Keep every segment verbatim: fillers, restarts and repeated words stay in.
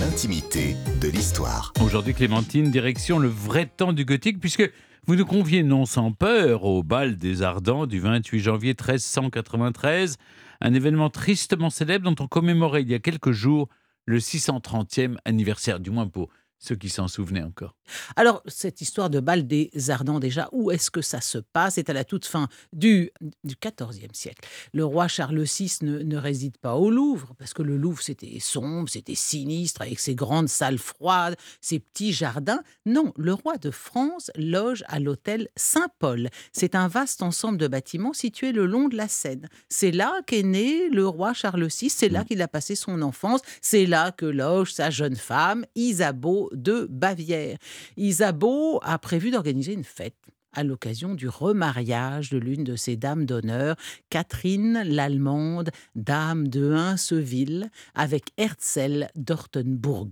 l'intimité de l'histoire. Aujourd'hui, Clémentine, direction le vrai temps du gothique, puisque vous nous conviez non sans peur au bal des Ardents du vingt-huit janvier treize cent quatre-vingt-treize, un événement tristement célèbre dont on commémorait il y a quelques jours le six cent trentième anniversaire, du moins pour ceux qui s'en souvenaient encore. Alors, cette histoire de bal des Ardents, déjà, où est-ce que ça se passe? C'est à la toute fin du, du quatorzième siècle. Le roi Charles six ne, ne réside pas au Louvre, parce que le Louvre, c'était sombre, c'était sinistre, avec ses grandes salles froides, ses petits jardins. Non, le roi de France loge à l'hôtel Saint-Paul. C'est un vaste ensemble de bâtiments situés le long de la Seine. C'est là qu'est né le roi Charles six, c'est là qu'il a passé son enfance, c'est là que loge sa jeune femme, Isabeau de Bavière. Isabeau a prévu d'organiser une fête à l'occasion du remariage de l'une de ses dames d'honneur, Catherine l'Allemande, dame de Hinceville, avec Herzl d'Ortenbourg.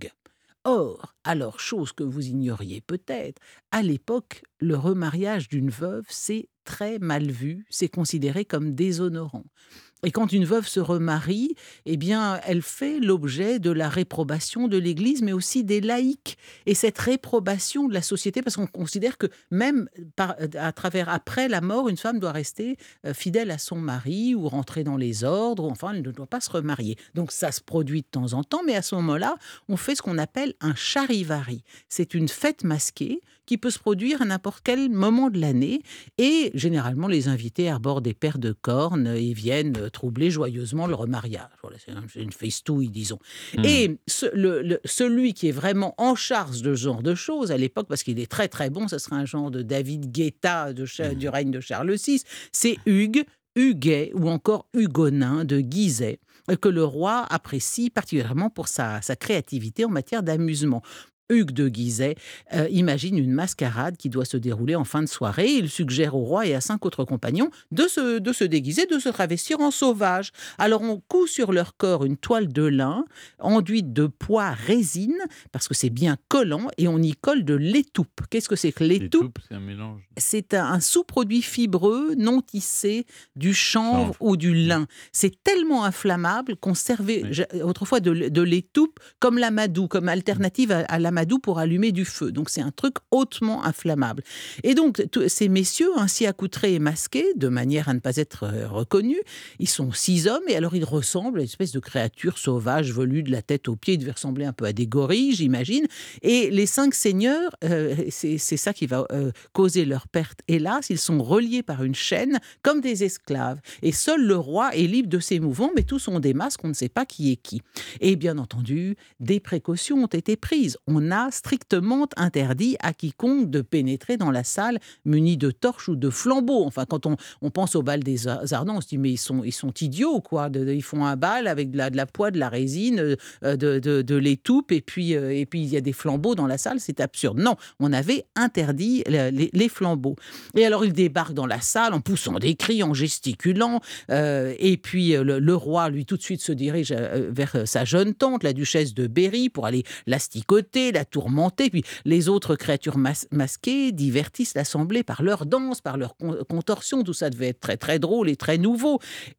Or, alors, chose que vous ignoriez peut-être, à l'époque, le remariage d'une veuve, c'est très mal vu, c'est considéré comme déshonorant. Et quand une veuve se remarie, eh bien, elle fait l'objet de la réprobation de l'Église, mais aussi des laïcs. Et cette réprobation de la société, parce qu'on considère que même par, à travers, après la mort, une femme doit rester euh, fidèle à son mari ou rentrer dans les ordres, ou enfin, elle ne doit pas se remarier. Donc ça se produit de temps en temps, mais à ce moment-là, on fait ce qu'on appelle un charivari. C'est une fête masquée qui peut se produire à n'importe quel moment de l'année. Et généralement, les invités arborent des paires de cornes et viennent troubler joyeusement le remariage. Voilà, c'est une festouille, disons. Mmh. Et ce, le, le, celui qui est vraiment en charge de ce genre de choses, à l'époque, parce qu'il est très très bon, ce serait un genre de David Guetta de, mmh. du règne de Charles six, c'est Hugues, Huguet ou encore Hugonin de Guizet, que le roi apprécie particulièrement pour sa, sa créativité en matière d'amusement. Hugues de Guizet euh, imagine une mascarade qui doit se dérouler en fin de soirée. Il suggère au roi et à cinq autres compagnons de se, de se déguiser, de se travestir en sauvage. Alors on coud sur leur corps une toile de lin enduite de pois résine, parce que c'est bien collant, et on y colle de l'étoupe. Qu'est-ce que c'est que l'étoupe? L'étoupe, c'est un mélange. C'est un, un sous-produit fibreux non tissé du chanvre Chanvre. ou du lin. C'est tellement inflammable qu'on servait oui. autrefois de, de l'étoupe comme l'amadou, comme alternative à, à l'amadou pour allumer du feu. Donc c'est un truc hautement inflammable. Et donc t- ces messieurs, ainsi accoutrés et masqués, de manière à ne pas être euh, reconnus, ils sont six hommes et alors ils ressemblent à une espèce de créature sauvage velue de la tête aux pieds. Ils devaient ressembler un peu à des gorilles, j'imagine. Et les cinq seigneurs, euh, c'est, c'est ça qui va euh, causer leur perte. Hélas, ils sont reliés par une chaîne comme des esclaves. Et seul le roi est libre de ses mouvements, mais tous ont des masques, on ne sait pas qui est qui. Et bien entendu, des précautions ont été prises. On a strictement interdit à quiconque de pénétrer dans la salle muni de torches ou de flambeaux. Enfin, quand on, on pense au bal des Ardents, on se dit mais ils sont, ils sont idiots, quoi. De, de, ils font un bal avec de la, de la poix, de la résine, euh, de, de, de l'étoupe, et puis euh, et puis il y a des flambeaux dans la salle, c'est absurde. Non, on avait interdit les, les, les flambeaux. Et alors ils débarquent dans la salle en poussant des cris, en gesticulant, euh, et puis euh, le, le roi, lui, tout de suite se dirige euh, vers sa jeune tante, la duchesse de Berry, pour aller l'asticoter, la tourmenter, puis les autres créatures mas- masquées divertissent l'assemblée par leur danse, par leur con- contorsion, tout ça devait être très très drôle et très nouveau.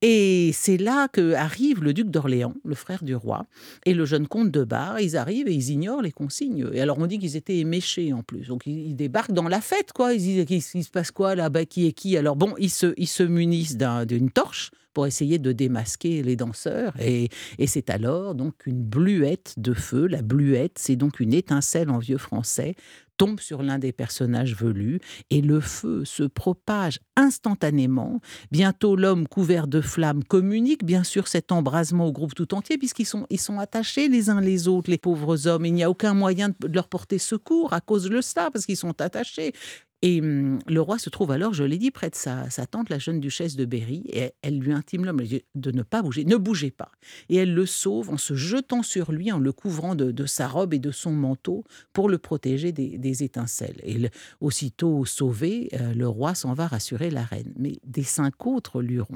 Et c'est là qu'arrive le duc d'Orléans, le frère du roi, et le jeune comte de Bar. Ils arrivent et ils ignorent les consignes. Et alors on dit qu'ils étaient éméchés en plus, donc ils, ils débarquent dans la fête, quoi. Ils disent, il, il se passe quoi là, bah, qui est qui? Alors bon, ils se, ils se munissent d'un, d'une torche pour essayer de démasquer les danseurs. Et, et c'est alors donc une bluette de feu. La bluette, c'est donc une étincelle en vieux français, tombe sur l'un des personnages velus et le feu se propage instantanément. Bientôt, l'homme couvert de flammes communique, bien sûr, cet embrasement au groupe tout entier, puisqu'ils sont, ils sont attachés les uns les autres, les pauvres hommes. Il n'y a aucun moyen de leur porter secours à cause de ça, parce qu'ils sont attachés. Et hum, le roi se trouve alors, je l'ai dit, près de sa, sa tante, la jeune duchesse de Berry, et elle, elle lui intime l'homme de ne pas bouger, ne bougez pas. Et elle le sauve en se jetant sur lui, en le couvrant de, de sa robe et de son manteau pour le protéger des, des étincelles. Et le, aussitôt sauvé, euh, le roi s'en va rassurer la reine. Mais des cinq autres lurons,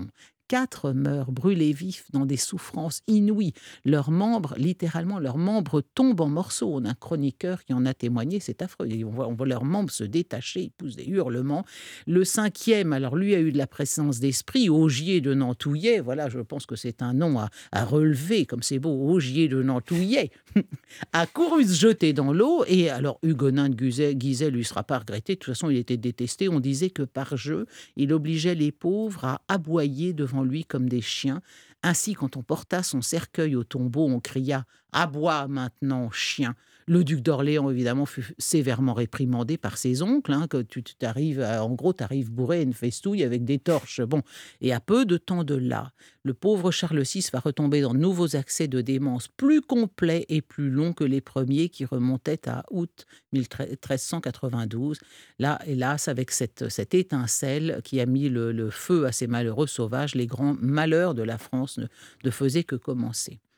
Quatre meurent brûlés vifs dans des souffrances inouïes. Leurs membres, littéralement, leurs membres tombent en morceaux. On a un chroniqueur qui en a témoigné, c'est affreux. On voit, on voit leurs membres se détacher, ils poussent des hurlements. Le cinquième, alors lui a eu de la présence d'esprit, Augier de Nantouillet. Voilà, je pense que c'est un nom à, à relever, comme c'est beau, Augier de Nantouillet, a couru se jeter dans l'eau. Et alors, Hugonin de Guizet, Guizet lui sera pas regretté. De toute façon, il était détesté. On disait que par jeu, il obligeait les pauvres à aboyer devant lui comme des chiens. Ainsi, quand on porta son cercueil au tombeau, on cria « Aboie maintenant, chien !» Le duc d'Orléans, évidemment, fut sévèrement réprimandé par ses oncles, hein, que tu t'arrives, en gros, tu arrives bourré à une festouille avec des torches. Bon, et à peu de temps de là, le pauvre Charles six va retomber dans de nouveaux accès de démence plus complets et plus longs que les premiers qui remontaient à août treize cent quatre-vingt-douze. Là, hélas, avec cette, cette étincelle qui a mis le, le feu à ces malheureux sauvages, les grands malheurs de la France ne, ne faisaient que commencer.